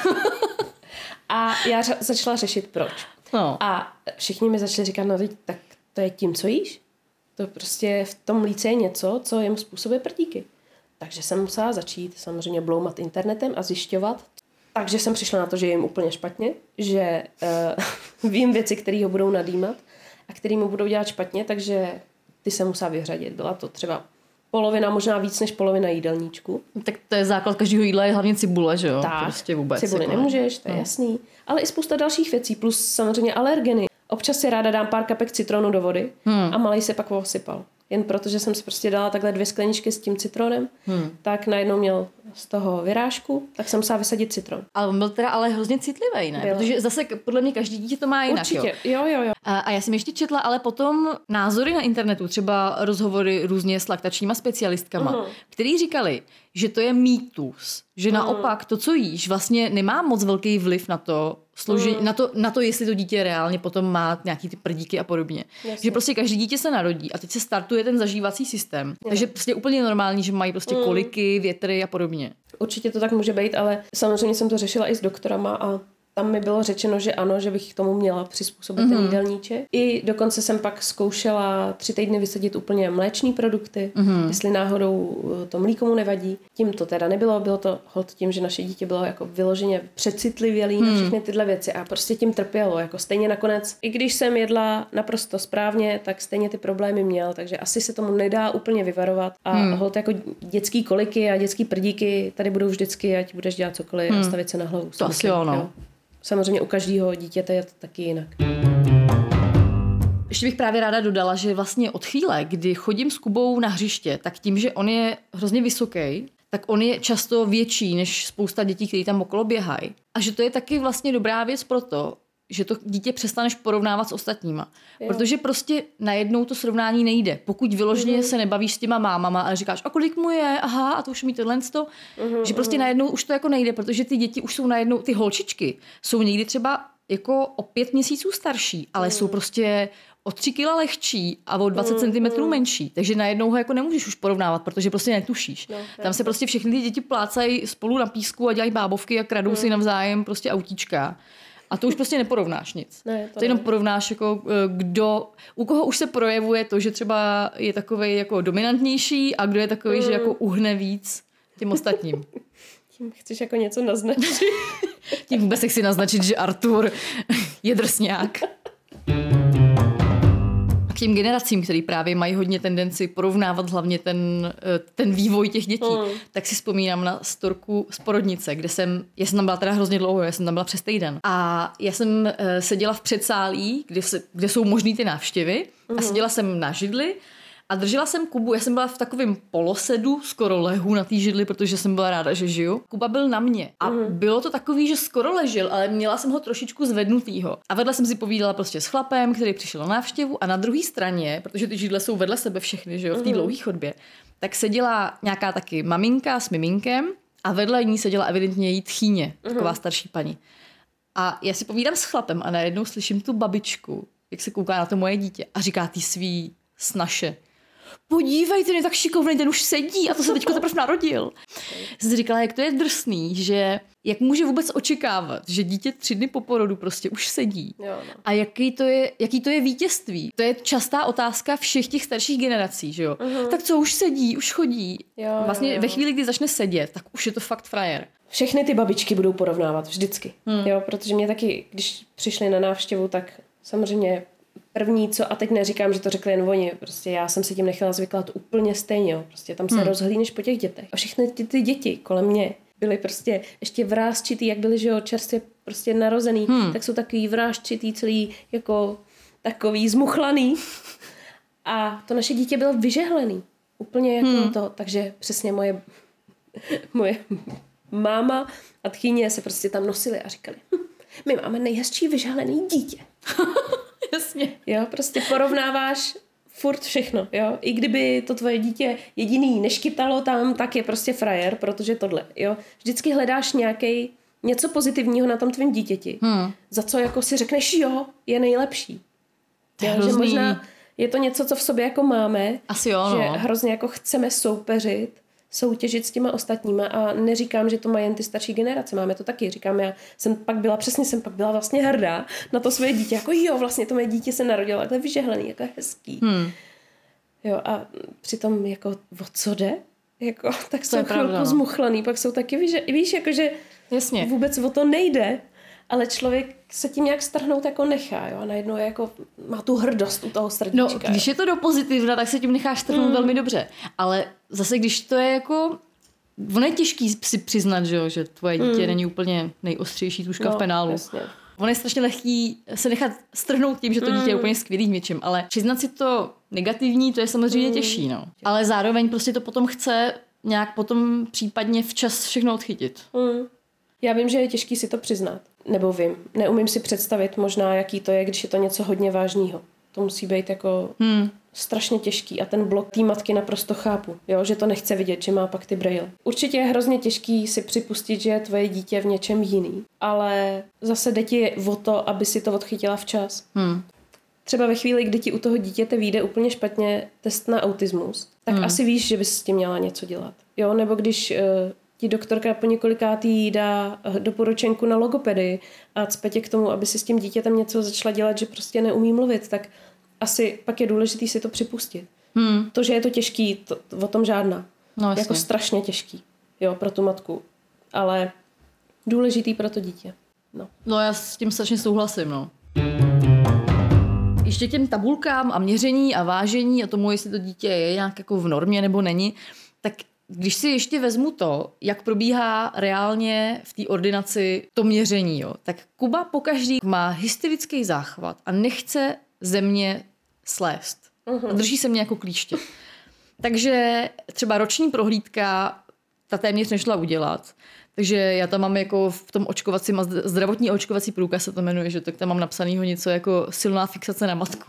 A já ř- začala řešit proč. No. A všichni mi začali říkat, no tak to je tím, co jíš. To prostě v tom mlíce je něco, co jim způsobuje prdíky. Takže jsem musela začít samozřejmě bloumat internetem a zjišťovat. Takže jsem přišla na to, že je jim úplně špatně, že uh, vím věci, které ho budou nadýmat a které mu budou dělat špatně, takže ty se musela vyřadit. Byla to třeba polovina, možná víc než polovina jídelníčku. Tak to je základ každého jídla, je hlavně cibule, že jo? Tak, prostě vůbec. Cibuli jako nemůžeš, to je no. jasný. Ale i spousta dalších věcí, plus samozřejmě alergeny. Občas si ráda dám pár kapek citronu do vody hmm. a malej se pak osypal. Jen protože jsem si prostě dala takhle dvě skleničky s tím citronem, hmm. tak najednou měl z toho vyrážku, tak jsem musela vysadit citron. Ale on byl teda ale hrozně citlivý, ne? Byl. Protože zase podle mě každý dítě to má jinak. Určitě, jo, jo, jo. A, a já jsem ještě četla, ale potom názory na internetu, třeba rozhovory různě s laktačníma specialistkama, uh-huh. který říkali, že to je mýtus, že uh-huh. naopak to, co jíš, vlastně nemá moc velký vliv na to, Složi, mm. na, to, na to, jestli to dítě reálně potom má nějaký ty prdíky a podobně. Jasně. Že prostě každý dítě se narodí a teď se startuje ten zažívací systém. Je. Takže prostě úplně normální, že mají prostě mm. koliky, větry a podobně. Určitě to tak může být, ale samozřejmě jsem to řešila i s doktorama a tam mi bylo řečeno, že ano, že bych k tomu měla přizpůsobit mm-hmm. ten jídelníček. I dokonce jsem pak zkoušela tři týdny vysadit úplně mléčný produkty, mm-hmm. jestli náhodou to mlíko mu nevadí. Tím to teda nebylo, bylo to hod tím, že naše dítě bylo jako vyloženě přecitlivělý mm. na všechny tyhle věci a prostě tím trpělo. Jako stejně nakonec, i když jsem jedla naprosto správně, tak stejně ty problémy měl, takže asi se tomu nedá úplně vyvarovat. A mm. hod jako dětský koliky a dětský prdíky tady budou vždycky, ať budeš dělat cokoliv mm. a stavit se na hlavu. To asi jo, no. Samozřejmě u každého dítěte je to taky jinak. Ještě bych právě ráda dodala, že vlastně od chvíle, kdy chodím s Kubou na hřiště, tak tím, že on je hrozně vysoký, tak on je často větší než spousta dětí, kteří tam okolo běhají. A že to je taky vlastně dobrá věc pro to, že to dítě přestaneš porovnávat s ostatníma. Jo. Protože prostě najednou to srovnání nejde. Pokud vyloženě mm-hmm. se nebavíš s těma mámama, ale říkáš, a kolik mu je, aha, a to už mi tohle sto, mm-hmm. že prostě najednou už to jako nejde, protože ty děti už jsou najednou, ty holčičky jsou někdy třeba jako o pět měsíců starší, ale mm. jsou prostě o tři kila lehčí a o dvacet centimetrů mm. menší. Takže najednou ho jako nemůžeš už porovnávat, protože prostě netušíš. No, tam se prostě všechny ty děti plácají spolu na písku a dělají bábovky a kradou mm. si navzájem prostě autíčka. A to už prostě neporovnáš nic. Ne, to, to jenom ne. porovnáš, jako kdo, u koho už se projevuje to, že třeba je takovej jako dominantnější a kdo je takovej, mm. že jako uhne víc těm ostatním. Tím chceš jako něco naznačit. Tím vůbec chci naznačit, že Artur je drsňák. K těm generacím, který právě mají hodně tendenci porovnávat hlavně ten, ten vývoj těch dětí, mm. tak si vzpomínám na storku z porodnice, kde jsem, já jsem tam byla teda hrozně dlouho, já jsem tam byla přes týden. A já jsem uh, seděla v předsálí, kde, se, kde jsou možný ty návštěvy mm. a seděla jsem na židli a držela jsem Kubu, já jsem byla v takovém polosedu, skoro lehu na té židli, protože jsem byla ráda, že žiju. Kuba byl na mě a mm. bylo to takový, že skoro ležel, ale měla jsem ho trošičku zvednutýho. A vedle jsem si povídala prostě s chlapem, který přišel na návštěvu a na druhé straně, protože ty židle jsou vedle sebe všechny, že jo, v té mm. dlouhé chodbě, tak seděla nějaká taky maminka s miminkem a vedle ní seděla evidentně její tchýně, mm. taková starší paní. A já si povídám s chlapem a najednou slyším tu babičku, jak se kouká na to moje dítě a říká ty svý snaše. podívej, ten je tak šikovný, ten už sedí a to se teďko teprve narodil. Jsem si říkala, jak to je drsný, že jak může vůbec očekávat, že dítě tři dny po porodu prostě už sedí. Jo, no. A jaký to, je, jaký to je vítězství. To je častá otázka všech těch starších generací, že jo. Uh-huh. Tak co, už sedí, už chodí. Jo, vlastně jo, jo. ve chvíli, kdy začne sedět, tak už je to fakt frajer. Všechny ty babičky budou porovnávat vždycky. Hmm. Jo, protože mě taky, když přišli na návštěvu, tak samozřejmě první co, a teď neříkám, že to řekli jen oni, prostě já jsem se tím nechala zvyklat úplně stejně, jo. Prostě tam se hmm. rozhlídneš po těch dětech. A všechny ty, ty děti kolem mě byly prostě ještě vrásčitý, jak byly, že jo, čerstvě prostě narozený, hmm. tak jsou takový vrásčitý, celý jako takový zmuchlaný. A to naše dítě bylo vyžehlený. Úplně jako hmm. to, takže přesně moje moje máma a tchýně se prostě tam nosily a říkali, hm, my máme nejhezčí vyžehlený dítě. Jasně. Jo, prostě porovnáváš furt všechno, jo. I kdyby to tvoje dítě jediný neškytalo tam, tak je prostě frajer, protože tohle, jo. Vždycky hledáš nějaký něco pozitivního na tom tvém dítěti, hmm. za co jako si řekneš, jo, je nejlepší. Jo, že možná je to něco, co v sobě jako máme. Asi jo, že no. hrozně jako chceme soupeřit, soutěžit s těma ostatníma a neříkám, že to mají jen ty starší generace, máme to taky, říkám, já jsem pak byla, přesně jsem pak byla vlastně hrdá na to svoje dítě, jako jo, vlastně to moje dítě se narodilo takhle vyžehlený, jako hezký. Hmm. Jo a přitom jako o co jde? Jako, tak to jsou chvilku no. zmuchlaný, pak jsou taky, víš, víš jakože Jasně. vůbec o to nejde, ale člověk se tím nějak strhnout jako nechá, jo, a najednou jako má tu hrdost u toho srdíčka. No, když je to do pozitivna, tak se tím necháš strhnout mm. velmi dobře, ale zase když to je jako, ono je těžký si přiznat, že, jo, že tvoje dítě mm. není úplně nejostřejší tuška no, v penálu. Jasně. Ono je strašně lehký se nechat strhnout tím, že to dítě mm. je úplně skvělý v něčem, ale přiznat si to negativní, to je samozřejmě mm. těžší, no. Ale zároveň prostě to potom chce nějak potom případně včas všechno odchytit. Mm. Já vím, že je těžký si to přiznat. Nebo vím. Neumím si představit možná, jaký to je, když je to něco hodně vážného. To musí být jako hmm. strašně těžký. A ten blok té matky naprosto chápu. Jo? Že to nechce vidět, že má pak ty brejle. Určitě je hrozně těžký si připustit, že je tvoje dítě v něčem jiný. Ale zase jde ti o to, aby si to odchytila včas. Hmm. Třeba ve chvíli, kdy ti u toho dítěte vyjde úplně špatně test na autismus, tak hmm. asi víš, že bys s tím měla něco dělat. Jo? Nebo když... Uh, ti doktorka po několikátý dá doporučenku na logopedii a cpe tě k tomu, aby si s tím dítětem něco začala dělat, že prostě neumí mluvit, tak asi pak je důležitý si to připustit. Hmm. To, že je to těžký, to, o tom žádná. No, jako strašně těžký. Jo, pro tu matku. Ale důležitý pro to dítě. No, no já s tím strašně souhlasím, no. Ještě těm tabulkám a měření a vážení a tomu, jestli to dítě je nějak jako v normě nebo není, tak když si ještě vezmu to, jak probíhá reálně v té ordinaci to měření, jo, tak Kuba pokaždý má hysterický záchvat a nechce ze mě slést. Uh-huh. A drží se mě jako klíště. Takže třeba roční prohlídka ta téměř nešla udělat. Takže já tam mám jako v tom očkovacím, zdravotní očkovací průkaz se to jmenuje, že tak tam mám napsanýho něco jako silná fixace na matku.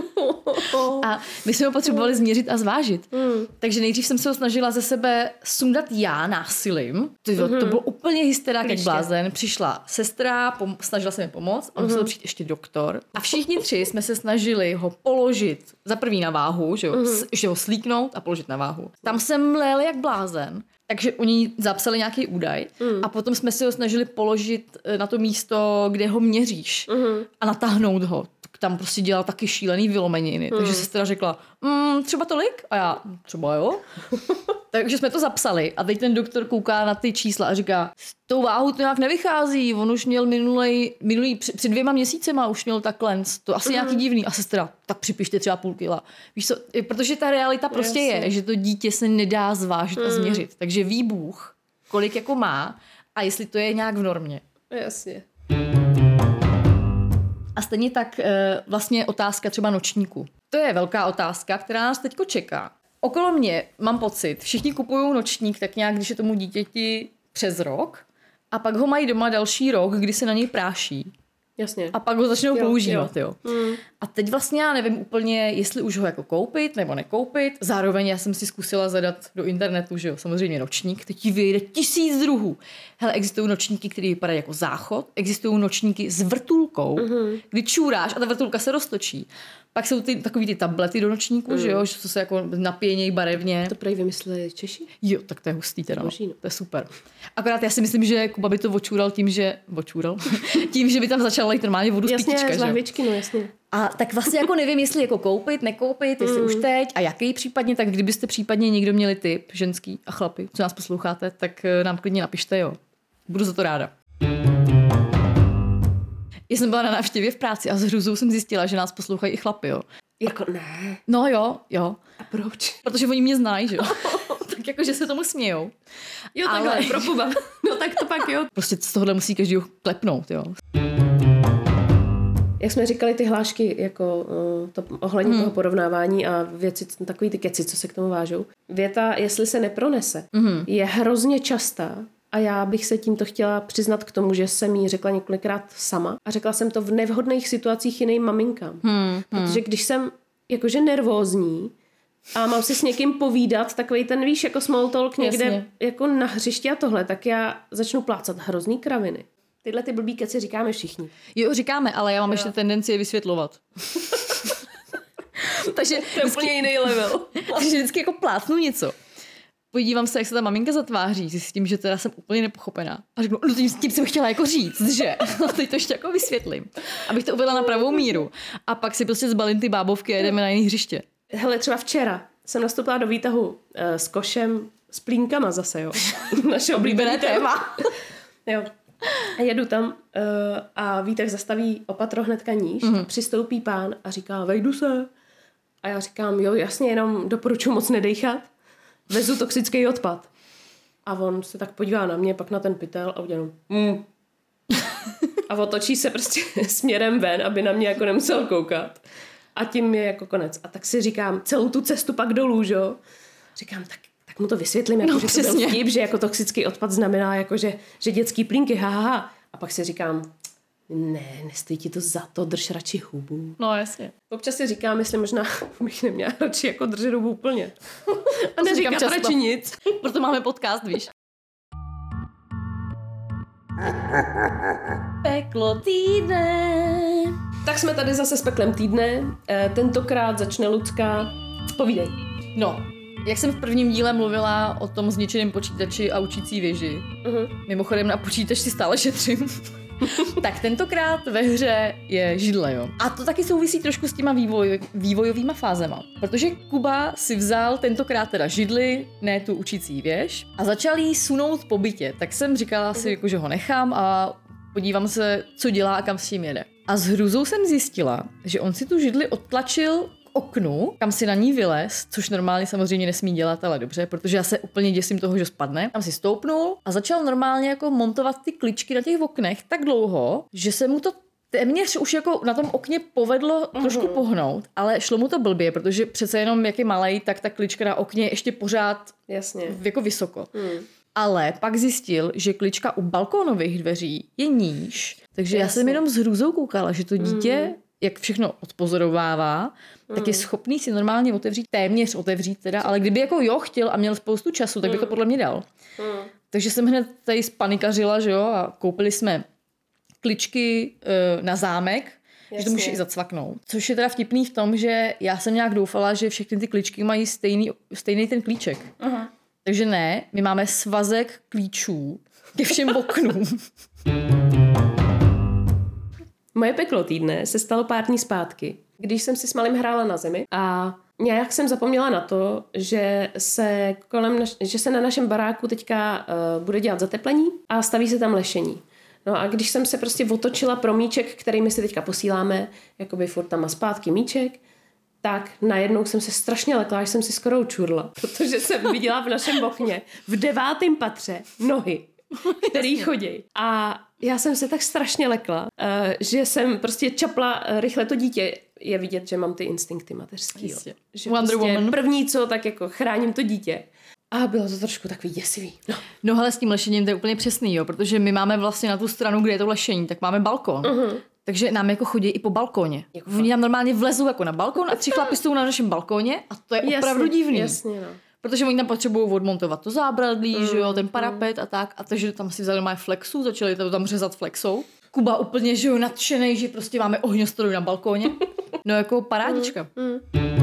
A my jsme ho potřebovali změřit a zvážit. Mm. Takže nejdřív jsem se ho snažila ze sebe sundat já násilím. To, mm-hmm. to bylo úplně hysterák jak blázen. Přišla sestra, pom- snažila se mi pomoct a musel mm-hmm. přijít ještě doktor. A všichni tři jsme se snažili ho položit za první na váhu, že, jo, mm-hmm. že ho slíknout a položit na váhu. Tam jsem mlél jak blázen. Takže oni zapsali nějaký údaj mm. a potom jsme si ho snažili položit na to místo, kde ho měříš mm. a natáhnout ho. Tam prostě dělal taky šílený vylomeniny. Mm. Takže sestra řekla, mm, třeba tolik? A já, třeba jo. Takže jsme to zapsali a teď ten doktor kouká na ty čísla a říká, s tou váhou to nějak nevychází, on už měl minulej, minulý, před, před dvěma měsícema už měl takhle, to asi mm. nějaký divný. A sestra, tak připište třeba půl kila. Víš co, protože ta realita prostě Jasně. je, že to dítě se nedá zvážit mm. a změřit. Takže ví Bůh, kolik jako má a jestli to je nějak v normě. Jasně. A stejně tak e, vlastně otázka třeba nočníku. To je velká otázka, která nás teďko čeká. Okolo mě mám pocit, všichni kupují nočník tak nějak, když je tomu dítěti přes rok a pak ho mají doma další rok, kdy se na něj práší. Jasně. A pak ho začnou jo, používat, jo. jo. Mm. A teď vlastně já nevím úplně, jestli už ho jako koupit nebo nekoupit. Zároveň já jsem si zkusila zadat do internetu, že jo, samozřejmě nočník. Teď ti vyjde tisíc druhů. Hele, existují nočníky, které vypadají jako záchod. Existují nočníky s vrtulkou, mm-hmm. kdy čůráš a ta vrtulka se roztočí. Pak jsou ty, takový ty tablety do nočníku, mm. že jo, že to se jako napěnějí barevně. To prej vymysleli Češi? Jo, tak to je hustý teda, Boží, no. To je super. Akorát já si myslím, že Kuba by to očůral tím, že... Očůral? tím, že by tam začala lejt normálně vodu z jasně, pítička, z lahvičky, no jasně. A tak vlastně jako nevím, jestli jako koupit, nekoupit, jestli mm. už teď a jaký případně, tak kdybyste případně někdo měli tip, ženský a chlapi, co nás posloucháte, tak nám klidně napište, jo. Budu za to ráda. Já jsem byla na návštěvě v práci a s hrůzou jsem zjistila, že nás poslouchají i chlapi, jo. Jako ne. No jo, jo. A proč? Protože oni mě znají, že jo. Tak jako, že se tomu smějou. Jo, takhle, ale... pro Kuba. No tak to pak jo. Prostě z tohohle musí každý klepnout, jo. Jak jsme říkali, ty hlášky jako to, ohledně hmm. toho porovnávání a věci, takový ty keci, co se k tomu vážou. Věta, jestli se nepronese, hmm. je hrozně častá a já bych se tímto chtěla přiznat k tomu, že jsem jí řekla několikrát sama a řekla jsem to v nevhodných situacích jiným maminkám. Hmm. Protože když jsem jakože nervózní a mám si s někým povídat, takovej ten, víš, jako small talk někde Jasně. jako na hřišti a tohle, tak já začnu plácat hrozný kraviny. Tyhle ty blbý keci říkáme všichni. Jo, říkáme, ale já mám jo. ještě tendenci je vysvětlovat. Takže to je úplně jiný level. Takže vždycky jako plácnu něco. Podívám se, jak se ta maminka zatváří, s tím, že teda jsem úplně nepochopená. A řeknu, no tím, tím jsem chtěla jako říct, že? A teď to ještě jako vysvětlím. Abych to uvedla na pravou míru. A pak si prostě zbalím ty bábovky a jdeme na jiný hřiště. Hele, třeba včera jsem nastoupila do výtahu uh, s košem s plínkama zase, jo. Naše oblíbené téma. Jo. A jedu tam uh, a výtah zastaví opatro hnedka níž, mm-hmm. přistoupí pán a říká, vejdu se. A já říkám, jo, jasně, jenom doporučuji moc nedejchat. Vezu toxický odpad. A on se tak podívá na mě, pak na ten pytel a udělám mm. A otočí se prostě směrem ven, aby na mě jako nemusel koukat. A tím je jako konec. A tak si říkám, celou tu cestu pak dolů, že? Říkám, tak tak mu to vysvětlím, jako, no, že to byl vtip, že jako toxický odpad znamená, jako, že, že dětský plínky, ha, ha, ha. A pak si říkám, ne, nestojí ti to za to, drž radši hubu. No jasně. Občas si říkám, jestli možná bych neměla radši jako držet hubu úplně. A neříkám radši nic. Proto máme podcast, víš. Peklo týdne. Tak jsme tady zase s peklem týdne. E, tentokrát začne Lucka. Povídej. No. Jak jsem v prvním díle mluvila o tom zničeném počítači a učící věži, uh-huh. mimochodem na počítač si stále šetřím, tak tentokrát ve hře je židle, jo. A to taky souvisí trošku s těma vývoj, vývojovýma fázema, protože Kuba si vzal tentokrát teda židli, ne tu učící věž, a začal jí sunout po bytě. Tak jsem říkala si, jako, že ho nechám a podívám se, co dělá a kam s tím jede. A s hrůzou jsem zjistila, že on si tu židli odtlačil oknu, kam si na ní vylez, což normálně samozřejmě nesmí dělat, ale dobře, protože já se úplně děsím toho, že spadne. Tam si stoupnul a začal normálně jako montovat ty kličky na těch oknech tak dlouho, že se mu to téměř už jako na tom okně povedlo uh-huh. trošku pohnout, ale šlo mu to blbě, protože přece jenom jak je malej, tak ta klička na okně je ještě pořád Jasně. jako vysoko. Hmm. Ale pak zjistil, že klička u balkónových dveří je níž, takže Jasně. já jsem jenom s hrůzou koukala, že to dítě hmm. jak všechno odpozorovává, mm. tak je schopný si normálně otevřít, téměř otevřít teda, ale kdyby jako jo chtěl a měl spoustu času, tak by to podle mě dal. Mm. Takže jsem hned tady spanikařila, že jo, a koupili jsme kličky uh, na zámek, Jasně. že to může i zacvaknout. Což je teda vtipný v tom, že já jsem nějak doufala, že všechny ty kličky mají stejný, stejný ten klíček. Uh-huh. Takže ne, my máme svazek klíčů ke všem oknům. Moje peklo týdne se stalo pár dní zpátky, když jsem si s malým hrála na zemi a nějak jsem zapomněla na to, že se, kolem naš- že se na našem baráku teďka uh, bude dělat zateplení a staví se tam lešení. No a když jsem se prostě otočila pro míček, který my si teďka posíláme, jakoby furt tam a zpátky míček, tak najednou jsem se strašně lekla, až jsem si skoro učurla, protože jsem viděla v našem okně v devátém patře nohy, který chodí. A já jsem se tak strašně lekla, uh, že jsem prostě čapla uh, rychle to dítě. Je vidět, že mám ty instinkty mateřský. Že Wonder prostě Woman. První co, tak jako chráním to dítě. A bylo to trošku takový děsivý. No, no hele, s tím lešením to je úplně přesný, jo, protože my máme vlastně na tu stranu, kde je to lešení, tak máme balkon. Uh-huh. Takže nám jako chodí i po balkóně. Jako Oni nám normálně vlezou jako na balkón a tři chlapi jsou na našem balkóně a to je jasně, opravdu divný. Jasně, no. Protože oni tam potřebují odmontovat to zábradlí, mm, že jo, ten parapet mm. a tak. A takže tam si vzali moje flexu, začali to tam řezat flexou. Kuba úplně, že jo, nadšenej, že prostě máme ohňostroj na balkóně. No jako parádička. Mm, mm.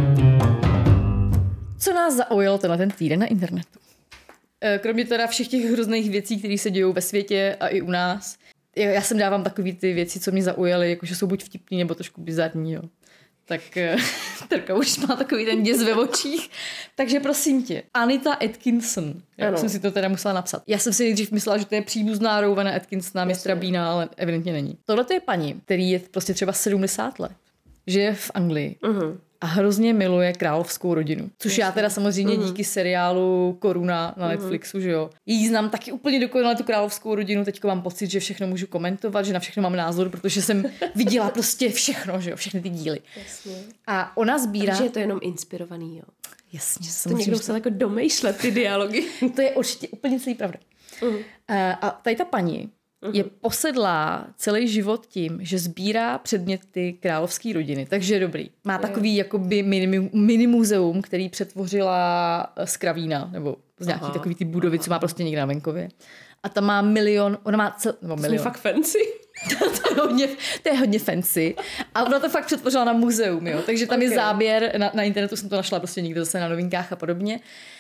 Co nás zaujalo tenhle ten týden na internetu? Kromě teda všech těch hrozných věcí, které se dějou ve světě a i u nás. Já sem dávám takové ty věci, co mě zaujaly, jakože jsou buď vtipný, nebo trošku bizarní, jo. Tak Terka už má takový ten děs ve očích. Takže prosím tě, Anita Atkinson. Já jsem si to teda musela napsat. Já jsem si nejdřív myslela, že to je příbuzná Rowena Atkinsona, mistra Beana, ale evidentně není. Tohle je paní, který je prostě třeba sedmdesát let. Žije v Anglii. Uh-huh. A hrozně miluje královskou rodinu. Což Jasně. já teda samozřejmě uh-huh. díky seriálu Koruna na Netflixu, uh-huh. že jo. Jí znám taky úplně dokonale tu královskou rodinu. Teďko mám pocit, že všechno můžu komentovat, že na všechno mám názor, protože jsem viděla prostě všechno, že jo, všechny ty díly. Jasně. A ona sbírá... Takže je to jenom inspirovaný, jo. Jasně. To někdo musel jako domýšlet ty dialogy. To je určitě úplně celý pravda. Uh-huh. A tady ta paní je posedlá celý život tím, že sbírá předměty královské rodiny. Takže dobrý. Má takový jakoby mini, mini muzeum, který přetvořila z Kravína, nebo z nějaký aha, takový ty budovy, aha. co má prostě někde na venkově. A tam má milion, ona má cel, nebo milion. To je fakt fancy. to, je hodně, to je hodně fancy. A ona to fakt přetvořila na muzeum, jo. Takže tam okay. je záběr, na, na internetu jsem to našla prostě někde zase na novinkách a podobně.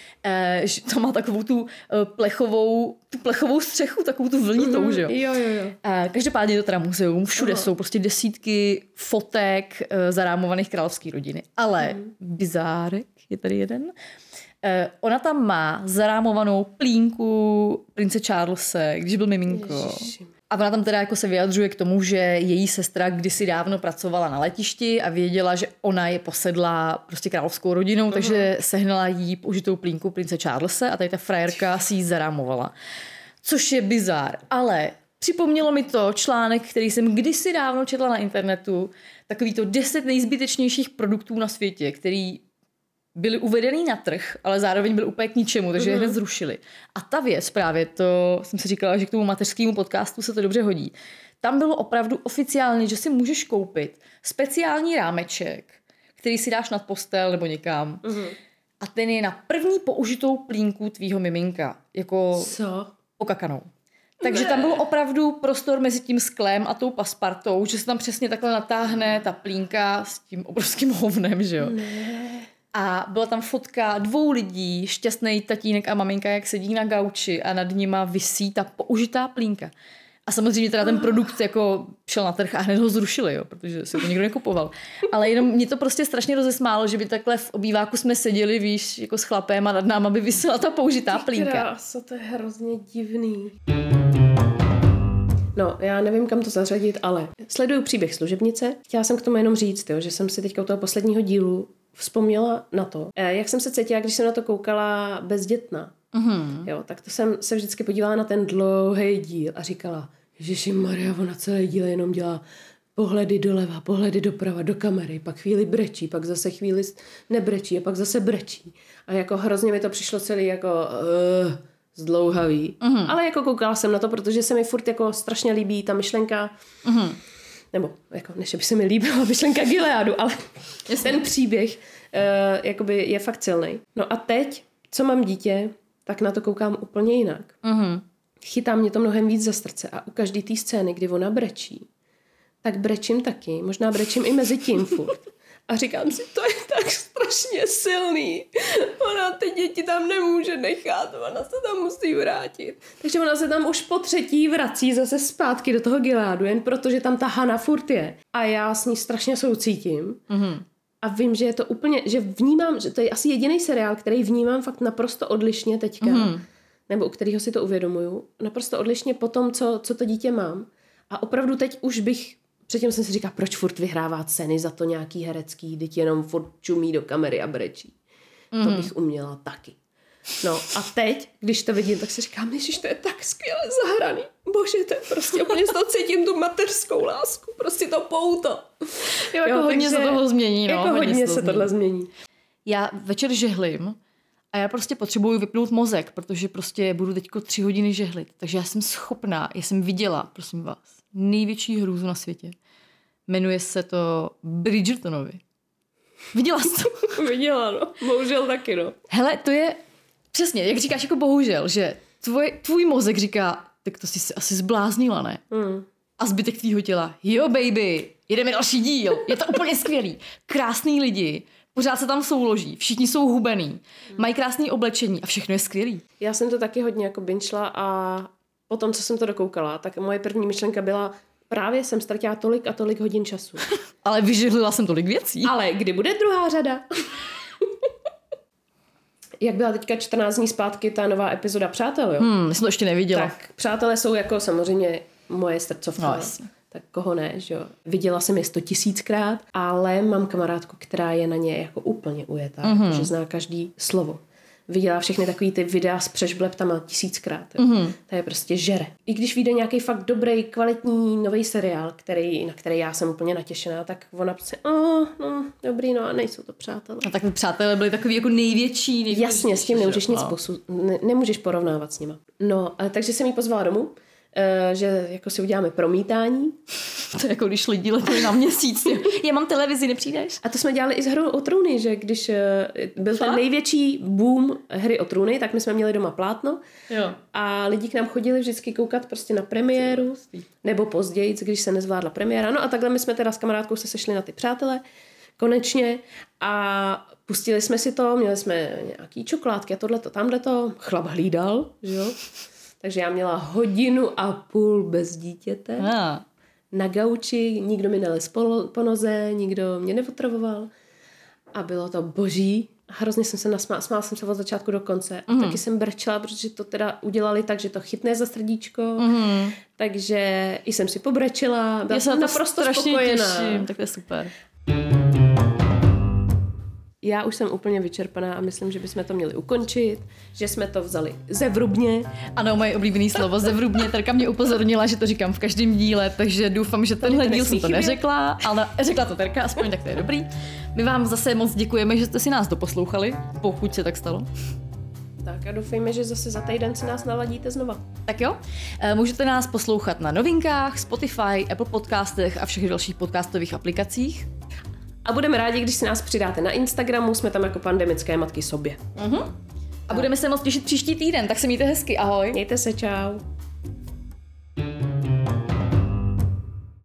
Že to má takovou tu plechovou, tu plechovou střechu, takovou tu vlnitou, mm, že jo? Jo, jo, jo. Každopádně je to teda muzeum, všude Aha. jsou prostě desítky fotek zarámovaných královské rodiny. Ale mm. bizárek je tady jeden. Ona tam má zarámovanou plínku prince Charlese, když byl miminko. Ježiši. A ona tam teda jako se vyjadřuje k tomu, že její sestra kdysi dávno pracovala na letišti a věděla, že ona je posedlá prostě královskou rodinou, uh-huh. takže sehnala jí použitou plínku prince Charlese a tady ta frajerka si ji zarámovala. Což je bizár, ale připomnělo mi to článek, který jsem kdysi dávno četla na internetu, takový to deset nejzbytečnějších produktů na světě, který byly uvedený na trh, ale zároveň byl úplně k ničemu, takže je hned zrušili. A ta věc právě, to jsem si říkala, že k tomu mateřskému podcastu se to dobře hodí. Tam bylo opravdu oficiálně, že si můžeš koupit speciální rámeček, který si dáš nad postel nebo někam. Uh-huh. A ten je na první použitou plínku tvýho miminka. Jako Co? Okakanou. Takže ne. tam byl opravdu prostor mezi tím sklem a tou paspartou, že se tam přesně takhle natáhne ta plínka s tím obrovským hovnem, že jo. Ne. A byla tam fotka dvou lidí, šťastný tatínek a maminka, jak sedí na gauči a nad nima visí ta použitá plínka. A samozřejmě teda ten produkt jako šel na trh a hned ho zrušili, jo, protože se to nikdo nekupoval. Ale jenom mě to prostě strašně rozesmálo, že by takhle v obýváku jsme seděli, víš, jako s chlapem a nad náma by visela ta použitá plínka. Kráso, to je hrozně divný. No, já nevím, kam to zařadit, ale sleduju příběh služebnice. Chtěla jsem k tomu jenom říct, jo, že jsem si teďka u toho posledního dílu vzpomněla na to, jak jsem se cítila, když jsem na to koukala bezdětná. Mm-hmm. Jo, tak to jsem se vždycky podívala na ten dlouhý díl a říkala, Ježišmarja, ona celý díl jenom dělá pohledy doleva, pohledy doprava, do kamery, pak chvíli brečí, pak zase chvíli nebrečí a pak zase brečí. A jako hrozně mi to přišlo celý jako uh, zdlouhavý. Mm-hmm. Ale jako koukala jsem na to, protože se mi furt jako strašně líbí ta myšlenka, mm-hmm. nebo jako, než by se mi líbila myšlenka Gileadu, ale ten příběh uh, jakoby je fakt silný. No a teď, co mám dítě, tak na to koukám úplně jinak. Mm-hmm. Chytá mě to mnohem víc za srdce a u každé té scény, kdy ona brečí, tak brečím taky. Možná brečím i mezi tím furt. A říkám si, to je tak strašně silný. Ona ty děti tam nemůže nechat, ona se tam musí vrátit. Takže ona se tam už po třetí vrací zase zpátky do toho Gileadu, jen protože tam ta Hana furt je. A já s ní strašně soucítím. Mm-hmm. A vím, že je to úplně, že vnímám, že to je asi jediný seriál, který vnímám fakt naprosto odlišně teďka. Mm-hmm. Nebo u kterého si to uvědomuju. Naprosto odlišně po tom, co, co to dítě mám. A opravdu teď už bych, předtím jsem si říkala, proč furt vyhrává ceny za to nějaký herecký, teď jenom furt čumí do kamery a brečí. Mm-hmm. To bych uměla taky. No a teď, když to vidím, tak si říkám, ježiš, to je tak skvěle zahraný. Bože, to je prostě úplně z toho cítím tu mateřskou lásku, prostě to pouto. Jo, jako jo, hodně se toho změní. No, jako hodně, hodně se, se tohle změní. Já večer žehlím a já prostě potřebuju vypnout mozek, protože prostě budu teďko tři hodiny žehlit. Takže já jsem schopná, já jsem viděla, prosím vás, největší hrůzu na světě. Jmenuje se to Bridgertonovi. Viděla jsi to? Viděla, no. Bohužel taky, no. Hele, to je přesně, jak říkáš jako bohužel, že tvoj, tvůj mozek říká, tak to jsi se asi zbláznila, ne? Mm. A zbytek tvýho těla, jo baby, jedeme další díl, je to úplně skvělý. Krásný lidi, pořád se tam souloží, všichni jsou hubený, mají krásné oblečení a všechno je skvělý. Já jsem to taky hodně jako binčla a potom, co jsem to dokoukala, tak moje první myšlenka byla, právě jsem ztratila tolik a tolik hodin času. Ale vyžehlila jsem tolik věcí. Ale kdy bude druhá řada? Jak byla teďka čtrnáct dní zpátky ta nová epizoda Přátel, jo? Hmm, jsem to ještě neviděla. Tak Přátelé jsou jako samozřejmě moje srdcovka. No, jasně. Tak koho ne, že jo. Viděla jsem je sto tisíckrát, ale mám kamarádku, která je na ně jako úplně ujetá, mm-hmm. že zná každý slovo. Viděla všechny takový ty videa s přešbleptama tisíckrát. Mm-hmm. To je prostě žere. I když vyjde nějaký fakt dobrý, kvalitní nový seriál, který, na který já jsem úplně natěšená, tak ona prostě, oh, no, dobrý, no a nejsou to Přátelé. A tak ty Přátelé byli takový jako největší. největší Jasně, s tím nemůžeš nic posud, ne, nemůžeš porovnávat s nima. No, takže jsem jí pozvala domů, že jako si uděláme promítání. To je jako když lidi letěli na měsíc. Já mám televizi, nepřijdeš? A to jsme dělali i s hrou o trůny, že když byl Fakt? ten největší boom hry o trůny, tak my jsme měli doma plátno Jo. a lidi k nám chodili vždycky koukat prostě na premiéru, nebo později, když se nezvládla premiéra. No a takhle my jsme teda s kamarádkou se sešli na ty Přátelé, konečně, a pustili jsme si to, měli jsme nějaký čokoládky a tohleto, tamhleto, chlap hlídal, že jo. Takže já měla hodinu a půl bez dítěte. Ah. Na gauči, nikdo mi nelez po, po noze, nikdo mě neotravoval. A bylo to boží. Hrozně jsem se nasmála, smála jsem se od začátku do konce. Mm. A taky jsem brčela, protože to teda udělali tak, že to chytne za srdíčko. Mm. Takže i jsem si pobrečela. Byla jsem naprosto spokojená. Těším, tak to je super. Já už jsem úplně vyčerpaná a myslím, že bychom to měli ukončit, že jsme to vzali zevrubně. Ano, moje oblíbené slovo zevrubně. Terka mě upozornila, že to říkám v každém díle, takže doufám, že tenhle díl jsem to neřekla, ale řekla to Terka, aspoň tak to je dobrý. My vám zase moc děkujeme, že jste si nás doposlouchali, pokud se tak stalo. Tak a doufejme, že zase za týden si nás naladíte znova. Tak jo, můžete nás poslouchat na Novinkách, Spotify, Apple Podcastech a všech dalších podcastových aplikacích. A budeme rádi, když si nás přidáte na Instagramu, jsme tam jako pandemické matky sobě. Uh-huh. A budeme se moc těšit příští týden, tak se mějte hezky, ahoj. Mějte se, čau.